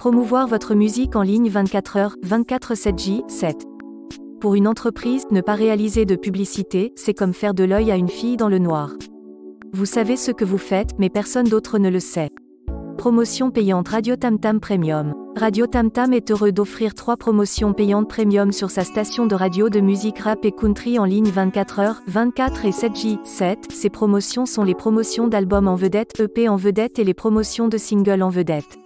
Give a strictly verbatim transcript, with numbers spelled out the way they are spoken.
Promouvoir votre musique en ligne vingt-quatre heures, vingt-quatre sept jours sept. Pour une entreprise, ne pas réaliser de publicité, c'est comme faire de l'œil à une fille dans le noir. Vous savez ce que vous faites, mais personne d'autre ne le sait. Promotion payante Radio Tam Tam Premium. Radio Tam Tam est heureux d'offrir trois promotions payantes premium sur sa station de radio de musique rap et country en ligne vingt-quatre heures, vingt-quatre et sept jours sept. Ces promotions sont les promotions d'albums en vedette, E P en vedette et les promotions de singles en vedette.